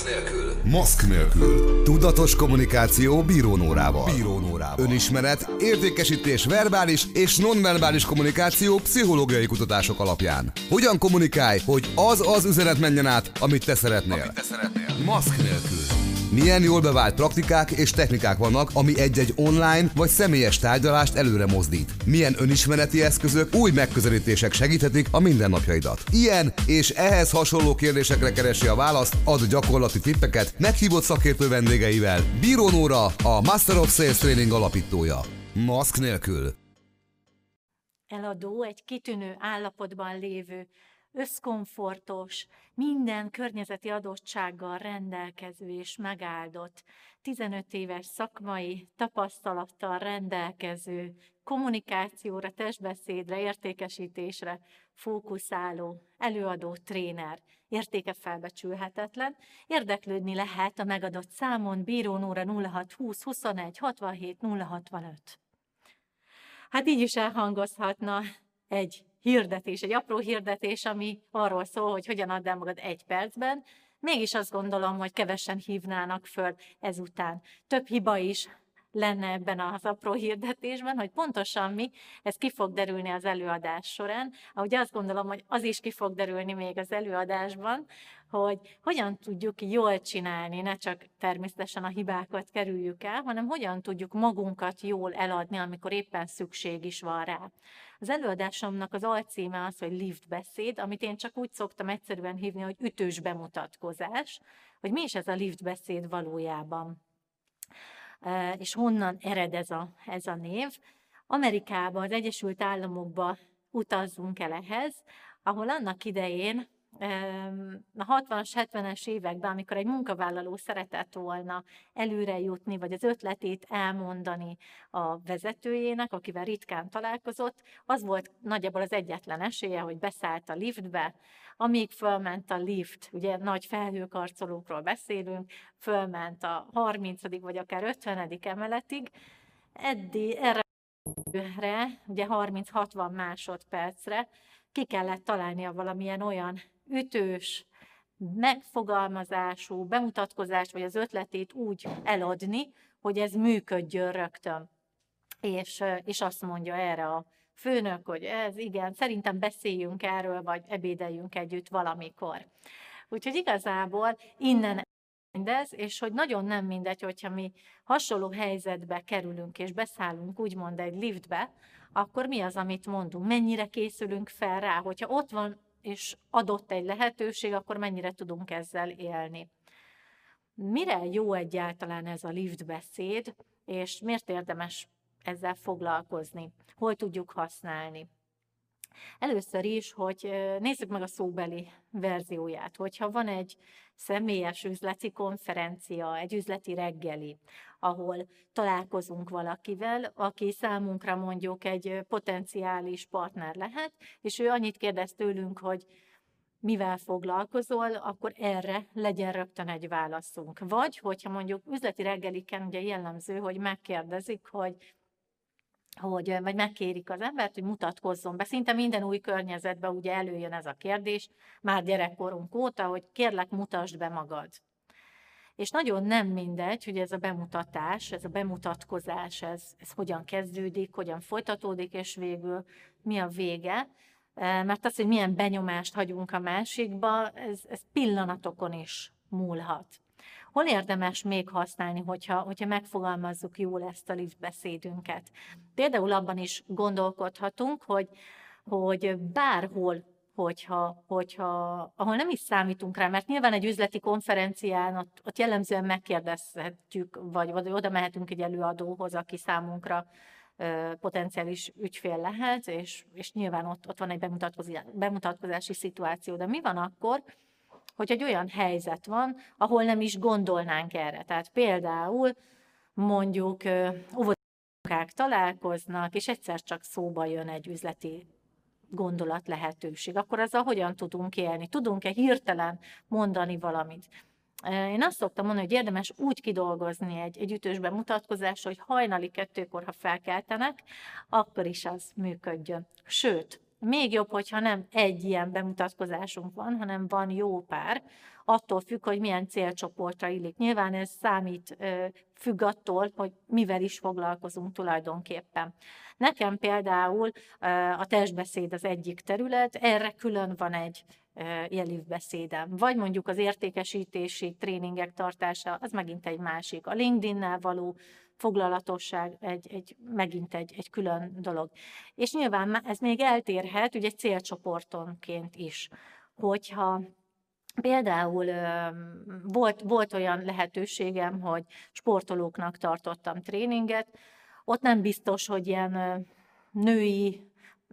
Maszk nélkül. Maszk nélkül. Tudatos kommunikáció Bíró Nórával. Önismeret, értékesítés verbális és nonverbális kommunikáció pszichológiai kutatások alapján. Hogyan kommunikálj, hogy az üzenet menjen át, amit te szeretnél. Maszk nélkül. Milyen jól bevált praktikák és technikák vannak, ami egy-egy online vagy személyes tárgyalást előre mozdít. Milyen önismereti eszközök, új megközelítések segíthetik a mindennapjaidat. Ilyen és ehhez hasonló kérdésekre keresi a választ, ad gyakorlati tippeket meghívott szakértő vendégeivel. Bíró Nóra, a Master of Sales Training alapítója. Maszk nélkül. Eladó egy kitűnő állapotban lévő, összkomfortos, minden környezeti adottsággal rendelkező és megáldott, 15 éves szakmai tapasztalattal rendelkező, kommunikációra, testbeszédre, értékesítésre fókuszáló előadó, tréner, értéke felbecsülhetetlen. Érdeklődni lehet a megadott számon, Bíró Nóra 0620 21 67 065. Hát így is elhangozhatna egy hirdetés, egy apró hirdetés, ami arról szól, hogy hogyan add el magad 1 percben. Mégis azt gondolom, hogy kevesen hívnának föl ezután. Több hiba is lenne ebben az apró hirdetésben, hogy pontosan mi, ez ki fog derülni az előadás során. Ahogy azt gondolom, hogy az is ki fog derülni még az előadásban, hogy hogyan tudjuk jól csinálni, ne csak természetesen a hibákat kerüljük el, hanem hogyan tudjuk magunkat jól eladni, amikor éppen szükség is van rá. Az előadásomnak az alcíme az, hogy lift beszéd, amit én csak úgy szoktam egyszerűen hívni, hogy ütős bemutatkozás, hogy mi is ez a lift beszéd valójában. És honnan ered ez a név. Amerikába, az Egyesült Államokba utazzunk el ehhez, ahol annak idején a 60-as, 70-es években, amikor egy munkavállaló szeretett volna előre jutni, vagy az ötletét elmondani a vezetőjének, akivel ritkán találkozott, az volt nagyjából az egyetlen esélye, hogy beszállt a liftbe, amíg fölment a lift, ugye nagy felhőkarcolókról beszélünk, fölment a 30. vagy akár 50. emeletig, erre ugye 30-60 másodpercre ki kellett találnia valamilyen olyan ütős, megfogalmazású bemutatkozást, vagy az ötletét úgy eladni, hogy ez működjön rögtön. És azt mondja erre a főnök, hogy ez igen, szerintem beszéljünk erről, vagy ebédeljünk együtt valamikor. Úgyhogy igazából innen mindez, és hogy nagyon nem mindegy, hogyha mi hasonló helyzetbe kerülünk, és beszállunk úgymond egy liftbe, akkor mi az, amit mondunk, mennyire készülünk fel rá, hogyha ott van és adott egy lehetőség, akkor mennyire tudunk ezzel élni. Mire jó egyáltalán ez a liftbeszéd, és miért érdemes ezzel foglalkozni? Hol tudjuk használni? Először is, hogy nézzük meg a szóbeli verzióját, hogyha van egy személyes üzleti konferencia, egy üzleti reggeli, ahol találkozunk valakivel, aki számunkra mondjuk egy potenciális partner lehet, és ő annyit kérdez tőlünk, hogy mivel foglalkozol, akkor erre legyen rögtön egy válaszunk. Vagy, hogyha mondjuk üzleti reggeliken ugye jellemző, hogy megkérdezik, vagy megkérik az embert, hogy mutatkozzon be. Szinte minden új környezetben ugye előjön ez a kérdés, már gyerekkorunk óta, hogy kérlek, mutasd be magad. És nagyon nem mindegy, hogy ez a bemutatás, ez a bemutatkozás, ez hogyan kezdődik, hogyan folytatódik, és végül mi a vége. Mert az, hogy milyen benyomást hagyunk a másikba, ez pillanatokon is múlhat. Hol érdemes még használni, hogyha megfogalmazzuk jól ezt a liftbeszédünket? Például abban is gondolkodhatunk, hogy bárhol, ahol nem is számítunk rá, mert nyilván egy üzleti konferencián ott jellemzően megkérdezhetjük, vagy oda mehetünk egy előadóhoz, aki számunkra potenciális ügyfél lehet, és nyilván ott van egy bemutatkozási szituáció. De mi van akkor, hogy egy olyan helyzet van, ahol nem is gondolnánk erre. Tehát például mondjuk óvodások találkoznak, és egyszer csak szóba jön egy üzleti gondolat lehetőség. Akkor azzal hogyan tudunk élni? Tudunk-e hirtelen mondani valamit? Én azt szoktam mondani, hogy érdemes úgy kidolgozni egy ütős bemutatkozást, hogy hajnali 2-kor, ha felkeltenek, akkor is az működjön. Sőt, Még jobb, hogyha nem egy ilyen bemutatkozásunk van, hanem van jó pár, attól függ, hogy milyen célcsoportra illik. Nyilván ez számít, függ attól, hogy mivel is foglalkozunk tulajdonképpen. Nekem például a testbeszéd az egyik terület, erre külön van egy ilyen live-beszédem. Vagy mondjuk az értékesítési tréningek tartása, az megint egy másik. A LinkedIn-nel való foglalatosság megint egy külön dolog. És nyilván ez még eltérhet ugye célcsoportonként is, hogyha például volt olyan lehetőségem, hogy sportolóknak tartottam tréninget, ott nem biztos, hogy ilyen női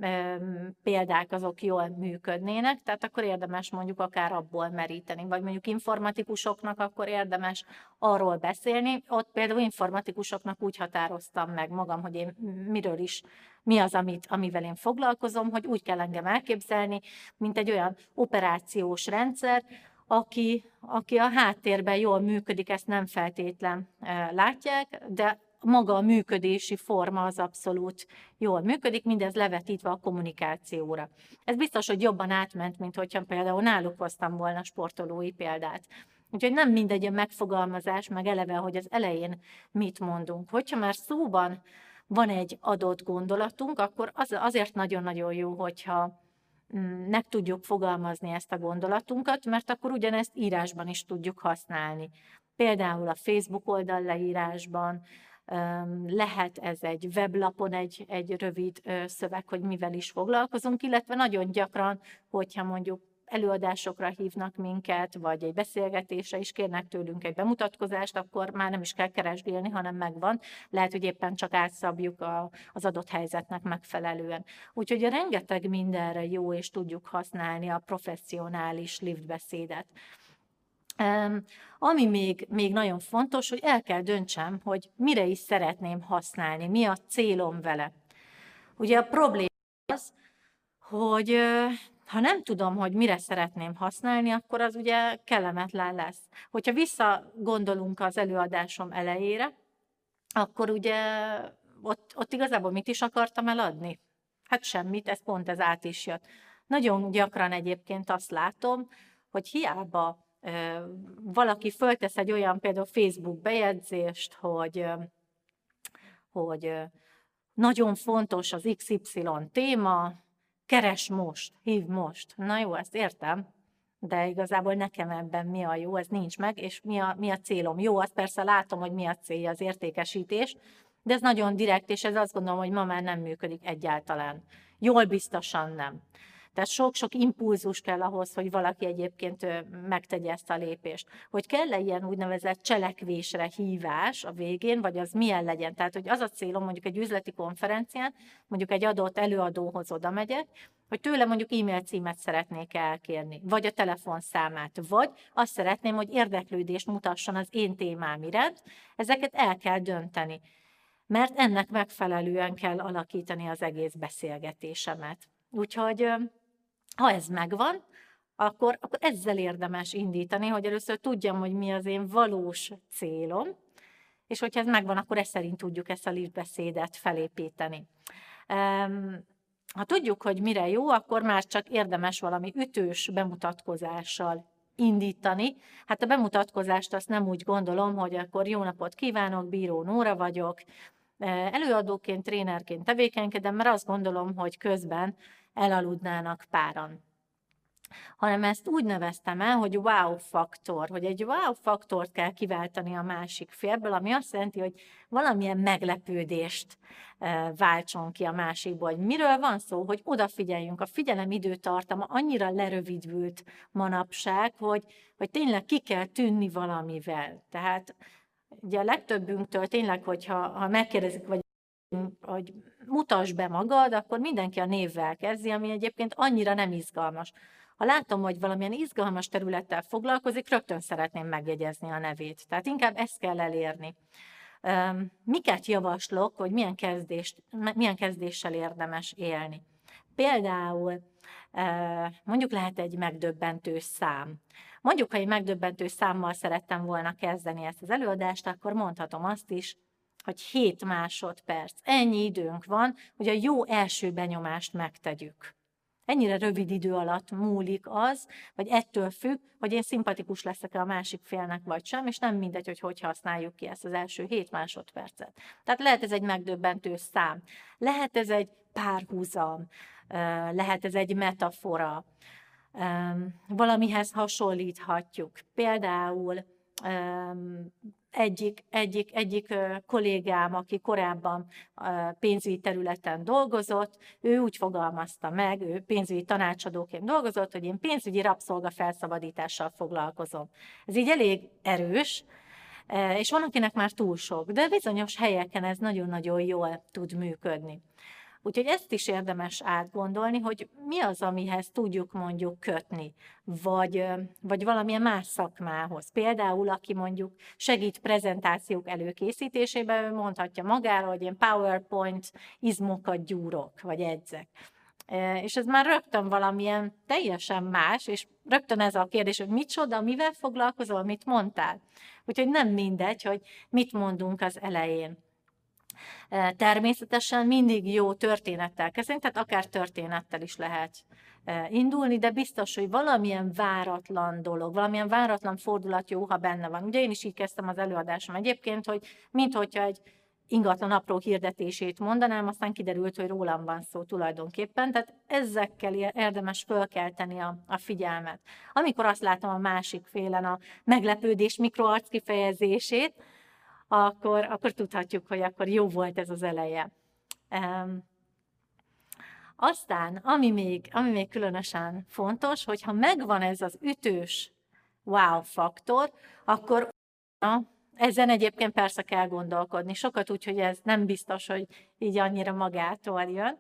példák azok jól működnének, tehát akkor érdemes mondjuk akár abból meríteni, vagy mondjuk informatikusoknak akkor érdemes arról beszélni. Ott például informatikusoknak úgy határoztam meg magam, hogy én mi az, amivel én foglalkozom, hogy úgy kell engem elképzelni, mint egy olyan operációs rendszer, aki a háttérben jól működik, ezt nem feltétlen látják, de maga a működési forma az abszolút jól működik, mindez levetítve a kommunikációra. Ez biztos, hogy jobban átment, mint hogyha például náluk hoztam volna sportolói példát. Úgyhogy nem mindegy a megfogalmazás, meg eleve, hogy az elején mit mondunk. Hogyha már szóban van egy adott gondolatunk, akkor azért nagyon-nagyon jó, hogyha meg tudjuk fogalmazni ezt a gondolatunkat, mert akkor ugyanezt írásban is tudjuk használni. Például a Facebook oldal leírásban, lehet ez egy weblapon egy rövid szöveg, hogy mivel is foglalkozunk, illetve nagyon gyakran, hogyha mondjuk előadásokra hívnak minket, vagy egy beszélgetésre is kérnek tőlünk egy bemutatkozást, akkor már nem is kell keresgélni, hanem megvan. Lehet, hogy éppen csak átszabjuk az adott helyzetnek megfelelően. Úgyhogy rengeteg mindenre jó, és tudjuk használni a professzionális liftbeszédet. Ami még nagyon fontos, hogy el kell döntsem, hogy mire is szeretném használni, mi a célom vele. Ugye a probléma az, hogy ha nem tudom, hogy mire szeretném használni, akkor az ugye kellemetlen lesz. Hogyha visszagondolunk az előadásom elejére, akkor ugye ott igazából mit is akartam eladni? Hát semmit, ez át is jött. Nagyon gyakran egyébként azt látom, hogy hiába valaki föltesz egy olyan például Facebook bejegyzést, hogy nagyon fontos az XY téma, keres most, hív most. Na jó, ezt értem, de igazából nekem ebben mi a jó, ez nincs meg, és mi a célom. Jó, azt persze látom, hogy mi a célja, az értékesítés, de ez nagyon direkt, és ez azt gondolom, hogy ma már nem működik egyáltalán. Jól biztosan nem. Tehát sok-sok impulzus kell ahhoz, hogy valaki egyébként megtegye ezt a lépést. Hogy kell-e ilyen úgynevezett cselekvésre hívás a végén, vagy az milyen legyen. Tehát, hogy az a célom mondjuk egy üzleti konferencián, mondjuk egy adott előadóhoz oda megyek, hogy tőle mondjuk e-mail címet szeretnék elkérni, vagy a telefonszámát, vagy azt szeretném, hogy érdeklődést mutasson az én témám iránt. Ezeket el kell dönteni, mert ennek megfelelően kell alakítani az egész beszélgetésemet. Úgyhogy ha ez megvan, akkor ezzel érdemes indítani, hogy először tudjam, hogy mi az én valós célom, és hogyha ez megvan, akkor ezt szerint tudjuk ezt a liftbeszédet felépíteni. Ha tudjuk, hogy mire jó, akkor már csak érdemes valami ütős bemutatkozással indítani. Hát a bemutatkozást azt nem úgy gondolom, hogy akkor jó napot kívánok, Bíró Nóra vagyok, előadóként, trénerként tevékenykedem, mert azt gondolom, hogy közben elaludnának páran. Hanem ezt úgy neveztem el, hogy wow-faktor, hogy egy wow-faktort kell kiváltani a másik félből, ami azt jelenti, hogy valamilyen meglepődést váltson ki a másikból. Hogy miről van szó, hogy odafigyeljünk. A figyelem időtartama annyira lerövidült manapság, hogy tényleg ki kell tűnni valamivel. Tehát ugye a legtöbbünktől tényleg, hogyha megkérdezik, hogy mutasd be magad, akkor mindenki a névvel kezdi, ami egyébként annyira nem izgalmas. Ha látom, hogy valamilyen izgalmas területtel foglalkozik, rögtön szeretném megjegyezni a nevét. Tehát inkább ezt kell elérni. Miket javaslok, hogy milyen kezdéssel érdemes élni? Például mondjuk lehet egy megdöbbentő szám. Mondjuk, ha egy megdöbbentő számmal szerettem volna kezdeni ezt az előadást, akkor mondhatom azt is, hogy 7 másodperc. Ennyi időnk van, hogy a jó első benyomást megtegyük. ennyire rövid idő alatt múlik az, vagy ettől függ, hogy én szimpatikus leszek-e a másik félnek vagy sem, és nem mindegy, hogy használjuk ki ezt az első 7 másodpercet. Tehát lehet ez egy megdöbbentő szám, lehet ez egy párhuzam, lehet ez egy metafora, valamihez hasonlíthatjuk. Például egyik kollégám, aki korábban pénzügyi területen dolgozott, ő úgy fogalmazta meg, ő pénzügyi tanácsadóként dolgozott, hogy én pénzügyi rabszolgafelszabadítással foglalkozom. Ez így elég erős, és van, akinek már túl sok, de bizonyos helyeken ez nagyon-nagyon jól tud működni. Úgyhogy ezt is érdemes átgondolni, hogy mi az, amihez tudjuk mondjuk kötni, vagy valamilyen más szakmához. Például, aki mondjuk segít prezentációk előkészítésében, ő mondhatja magáról, hogy én PowerPoint izmokat gyúrok, vagy edzek. És ez már rögtön valamilyen teljesen más, és rögtön ez a kérdés, hogy micsoda, mivel foglalkozol, mit mondtál. Úgyhogy nem mindegy, hogy mit mondunk az elején. Természetesen mindig jó történettel kezdeni, tehát akár történettel is lehet indulni, de biztos, hogy valamilyen váratlan dolog, valamilyen váratlan fordulat jó, ha benne van. Ugye én is így kezdtem az előadásom egyébként, hogy minthogyha egy ingatlan apró hirdetését mondanám, aztán kiderült, hogy rólam van szó tulajdonképpen, tehát ezekkel érdemes fölkelteni a figyelmet. Amikor azt látom a másik félen a meglepődés mikroarc kifejezését, akkor tudhatjuk, hogy akkor jó volt ez az eleje. Aztán, ami még különösen fontos, hogyha megvan ez az ütős wow faktor, akkor ezen egyébként persze kell gondolkodni. Sokat úgy, hogy ez nem biztos, hogy így annyira magától jön,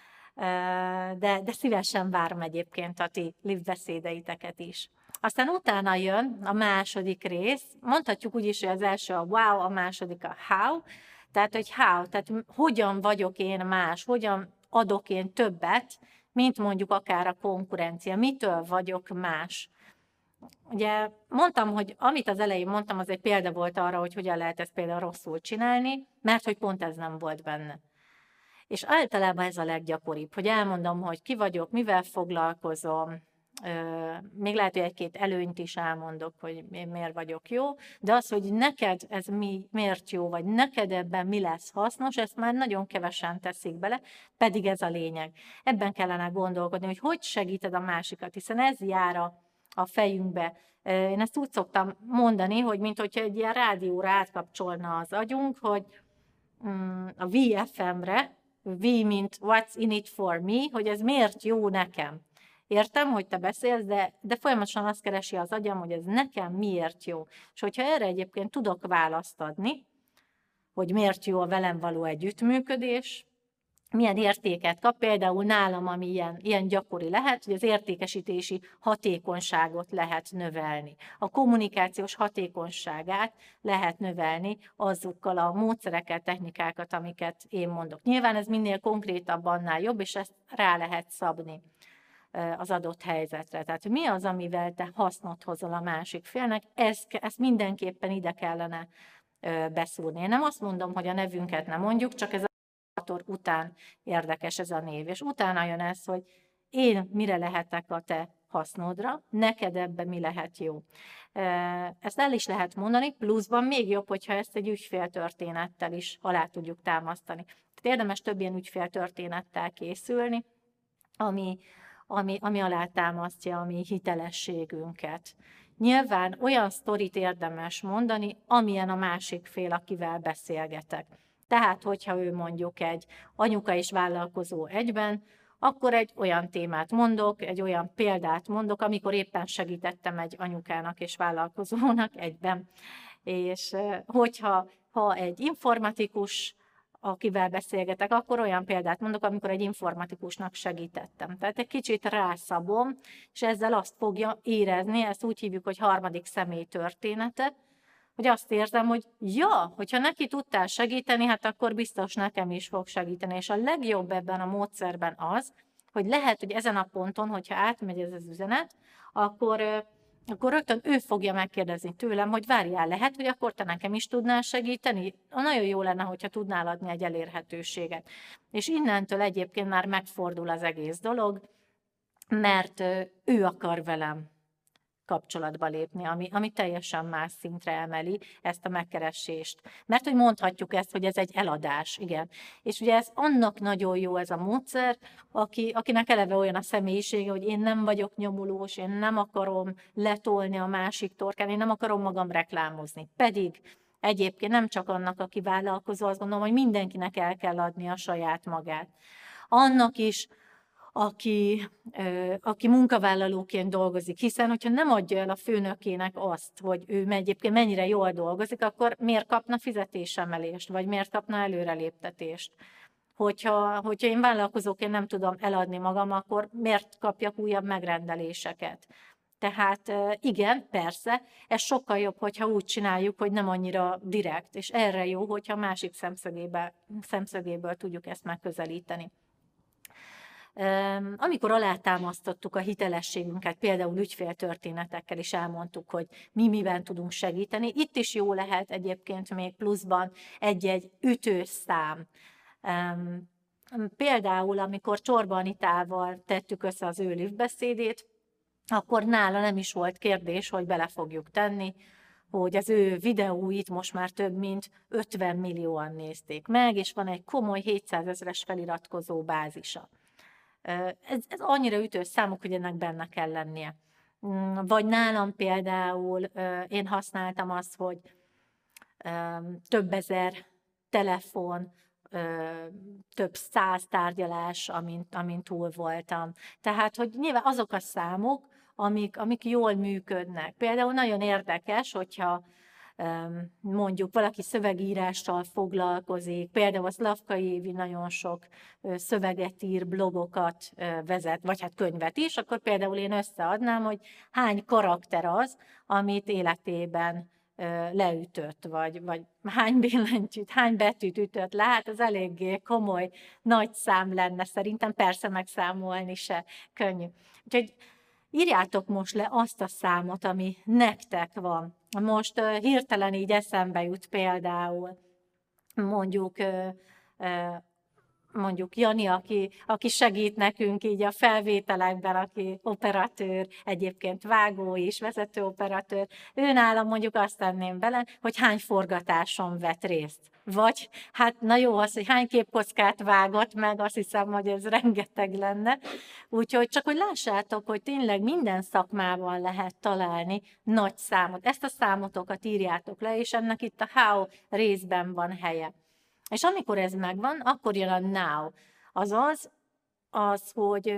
de szívesen várom egyébként a ti live beszédeiteket is. Aztán utána jön a második rész, mondhatjuk úgy is, hogy az első a wow, a második a how, tehát hogy how, tehát hogyan vagyok én más, hogyan adok én többet, mint mondjuk akár a konkurencia, mitől vagyok más. Ugye mondtam, hogy amit az elején mondtam, az egy példa volt arra, hogy hogyan lehet ezt például rosszul csinálni, mert hogy pont ez nem volt benne. És általában ez a leggyakoribb, hogy elmondom, hogy ki vagyok, mivel foglalkozom, még lehet, hogy egy-két előnyt is elmondok, hogy én miért vagyok jó, de az, hogy neked ez miért jó, vagy neked ebben mi lesz hasznos, ezt már nagyon kevesen teszik bele, pedig ez a lényeg. Ebben kellene gondolkodni, hogy segíted a másikat, hiszen ez jár a fejünkbe. Én ezt úgy szoktam mondani, hogy minthogyha egy ilyen rádióra átkapcsolna az agyunk, hogy a VFM-re, V mint what's in it for me, hogy ez miért jó nekem. Értem, hogy te beszélsz, de folyamatosan azt keresi az agyam, hogy ez nekem miért jó. És hogyha erre egyébként tudok választ adni, hogy miért jó a velem való együttműködés, milyen értéket kap, például nálam, ami ilyen gyakori lehet, hogy az értékesítési hatékonyságot lehet növelni. A kommunikációs hatékonyságát lehet növelni azokkal a módszerekkel, technikákat, amiket én mondok. Nyilván ez minél konkrétabb, annál jobb, és ezt rá lehet szabni az adott helyzetre. Tehát mi az, amivel te hasznot hozol a másik félnek, ezt mindenképpen ide kellene beszúrni. Én nem azt mondom, hogy a nevünket nem mondjuk, csak ez után érdekes ez a név. És utána jön ez, hogy én mire lehetek a te hasznodra, neked ebben mi lehet jó. Ezt el is lehet mondani, pluszban még jobb, hogyha ezt egy ügyféltörténettel is alá tudjuk támasztani. Tehát érdemes több ilyen ügyféltörténettel készülni, ami alátámasztja a mi hitelességünket. Nyilván olyan sztorit érdemes mondani, amilyen a másik fél, akivel beszélgetek. Tehát, hogyha ő mondjuk egy anyuka és vállalkozó egyben, akkor egy olyan témát mondok, egy olyan példát mondok, amikor éppen segítettem egy anyukának és vállalkozónak egyben. És hogyha egy informatikus, akivel beszélgetek, akkor olyan példát mondok, amikor egy informatikusnak segítettem. Tehát egy kicsit rászabom, és ezzel azt fogja érezni, ezt úgy hívjuk, hogy harmadik személy története, hogy azt érzem, hogy ja, hogyha neki tudtál segíteni, hát akkor biztos nekem is fog segíteni. És a legjobb ebben a módszerben az, hogy lehet, hogy ezen a ponton, hogyha átmegy ez az üzenet, akkor rögtön ő fogja megkérdezni tőlem, hogy várjál, lehet, hogy akkor te nekem is tudnál segíteni? Nagyon jó lenne, hogyha tudnál adni egy elérhetőséget. És innentől egyébként már megfordul az egész dolog, mert ő akar velem kapcsolatba lépni, ami teljesen más szintre emeli ezt a megkeresést. Mert hogy mondhatjuk ezt, hogy ez egy eladás, igen. És ugye ez annak nagyon jó ez a módszer, akinek eleve olyan a személyisége, hogy én nem vagyok nyomulós, én nem akarom letolni a másik torkán, én nem akarom magam reklámozni. Pedig egyébként nem csak annak, aki vállalkozó, azt gondolom, hogy mindenkinek el kell adni a saját magát. Annak is, aki munkavállalóként dolgozik, hiszen hogyha nem adja el a főnökének azt, hogy ő egyébként mennyire jól dolgozik, akkor miért kapna fizetésemelést, vagy miért kapna előreléptetést? Hogyha én vállalkozóként nem tudom eladni magam, akkor miért kapjak újabb megrendeléseket? Tehát igen, persze, ez sokkal jobb, hogyha úgy csináljuk, hogy nem annyira direkt, és erre jó, hogyha a másik szemszögéből tudjuk ezt megközelíteni. Amikor alátámasztottuk a hitelességünket, például ügyféltörténetekkel is elmondtuk, hogy mi miben tudunk segíteni, itt is jó lehet egyébként még pluszban egy-egy ütőszám. Például, amikor Csorba Anitával tettük össze az ő live-beszédét, akkor nála nem is volt kérdés, hogy bele fogjuk tenni, hogy az ő videóit most már több mint 50 millióan nézték meg, és van egy komoly 700 000-es feliratkozó bázisa. Ez annyira ütős számuk, hogy ennek benne kell lennie. Vagy nálam például én használtam azt, hogy több ezer telefon, több 100 tárgyalás, amin túl voltam. Tehát, hogy nyilván azok a számok, amik jól működnek. Például nagyon érdekes, hogyha mondjuk valaki szövegírással foglalkozik, például a Szlavkai Évi nagyon sok szöveget ír, blogokat vezet, vagy hát könyvet is, akkor például én összeadnám, hogy hány karakter az, amit életében leütött, vagy hány billentyűt, hány betűt ütött le, hát az eléggé komoly, nagy szám lenne szerintem, persze megszámolni se könnyű. Úgyhogy írjátok most le azt a számot, ami nektek van. Most hirtelen így eszembe jut például mondjuk Jani, aki segít nekünk így a felvételekben, aki operatőr, egyébként vágó is, vezető operatőr. Őnálam mondjuk azt tenném bele, hogy hány forgatáson vett részt. Vagy, hát na jó az, hogy hány képkockát vágott meg, azt hiszem, hogy ez rengeteg lenne. Úgyhogy csak, hogy lássátok, hogy tényleg minden szakmában lehet találni nagy számot. Ezt a számotokat írjátok le, és ennek itt a how részben van helye. És amikor ez megvan, akkor jön a now. Azaz, hogy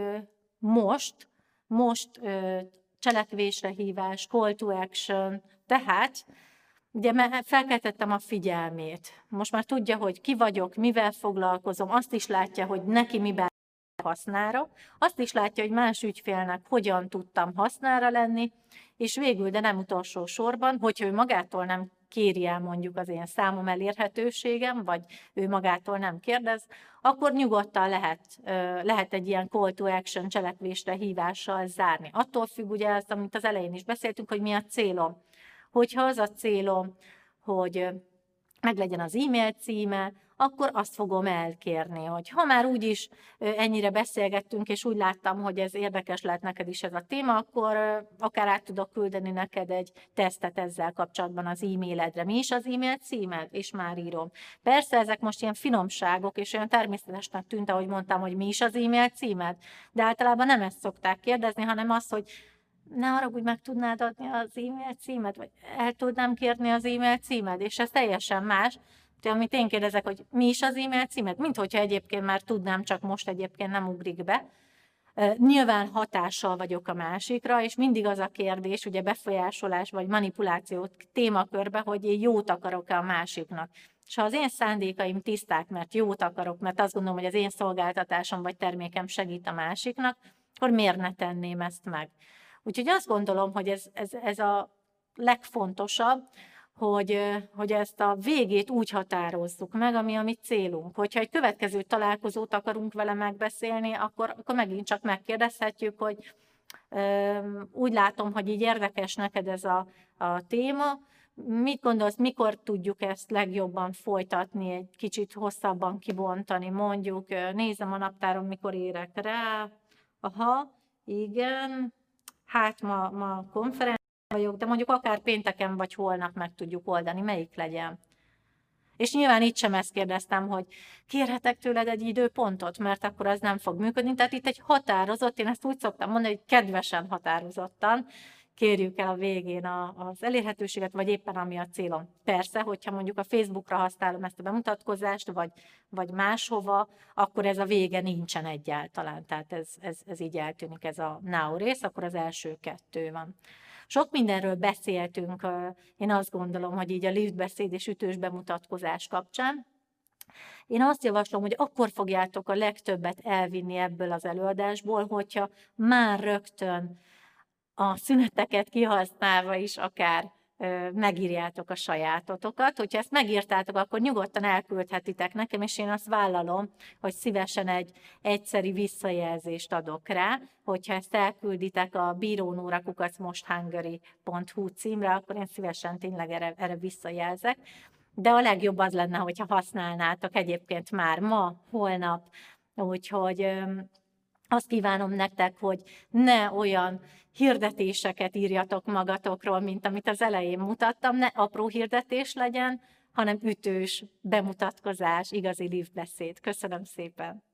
most cselekvésre hívás, call to action, tehát ugye felkeltettem a figyelmét. Most már tudja, hogy ki vagyok, mivel foglalkozom, azt is látja, hogy neki miben hasznára, azt is látja, hogy más ügyfélnek hogyan tudtam hasznára lenni, és végül, de nem utolsó sorban, hogyha ő magától nem kéri el mondjuk az én számom elérhetőségem, vagy ő magától nem kérdez, akkor nyugodtan lehet egy ilyen call to action cselekvésre hívással zárni. Attól függ ugye ezt, amit az elején is beszéltünk, hogy mi a célom. Hogyha az a célom, hogy meglegyen az e-mail címe, akkor azt fogom elkérni, hogy ha már úgyis ennyire beszélgettünk, és úgy láttam, hogy ez érdekes lehet neked is ez a téma, akkor akár át tudok küldeni neked egy tesztet ezzel kapcsolatban az e-mailedre. Mi is az e-mail címed? És már írom. Persze ezek most ilyen finomságok, és olyan természetesnek tűnt, ahogy mondtam, hogy mi is az e-mail címed, de általában nem ezt szokták kérdezni, hanem azt, hogy ne haragudj, meg tudnád adni az e-mail címed, vagy el tudnám kérni az e-mail címed, és ez teljesen más, amit én kérdezek, hogy mi is az e-mail címed, mint hogyha egyébként már tudnám, csak most egyébként nem ugrik be. Nyilván hatással vagyok a másikra, és mindig az a kérdés, ugye befolyásolás vagy manipuláció témakörbe, hogy én jót akarok-e a másiknak. És ha az én szándékaim tiszták, mert jót akarok, mert azt gondolom, hogy az én szolgáltatásom vagy termékem segít a másiknak, akkor miért ne tenném ezt meg? Úgyhogy azt gondolom, hogy ez a legfontosabb, hogy ezt a végét úgy határozzuk meg, ami a mi célunk. Hogyha egy következő találkozót akarunk vele megbeszélni, akkor megint csak megkérdezhetjük, hogy úgy látom, hogy így érdekes neked ez a téma, mit gondolsz, mikor tudjuk ezt legjobban folytatni, egy kicsit hosszabban kibontani, mondjuk nézem a naptáron, mikor érek rá, aha, Igen, hát ma konferencián vagyok, de mondjuk akár pénteken vagy holnap meg tudjuk oldani, melyik legyen. És nyilván itt sem ezt kérdeztem, hogy kérhetek tőled egy időpontot, mert akkor az nem fog működni. Tehát itt egy határozott, én ezt úgy szoktam mondani, hogy kedvesen határozottan kérjük el a végén az elérhetőséget, vagy éppen ami a célom. Persze, hogyha mondjuk a Facebookra használom ezt a bemutatkozást, vagy máshova, akkor ez a vége nincsen egyáltalán. Tehát ez így eltűnik, ez a now rész, akkor az első 2 van. Sok mindenről beszéltünk, én azt gondolom, hogy így a liftbeszéd és ütős bemutatkozás kapcsán. Én azt javaslom, hogy akkor fogjátok a legtöbbet elvinni ebből az előadásból, hogyha már rögtön a szüneteket kihasználva is akár megírjátok a sajátotokat. Hogyha ezt megírtátok, akkor nyugodtan elküldhetitek nekem, és én azt vállalom, hogy szívesen egy egyszeri visszajelzést adok rá. Hogyha ezt elkülditek a bironóra@mosthungary.hu címre, akkor én szívesen tényleg erre visszajelzek. De a legjobb az lenne, hogyha használnátok egyébként már ma, holnap, úgyhogy azt kívánom nektek, hogy ne olyan hirdetéseket írjatok magatokról, mint amit az elején mutattam, ne apró hirdetés legyen, hanem ütős bemutatkozás, igazi liftbeszéd. Köszönöm szépen!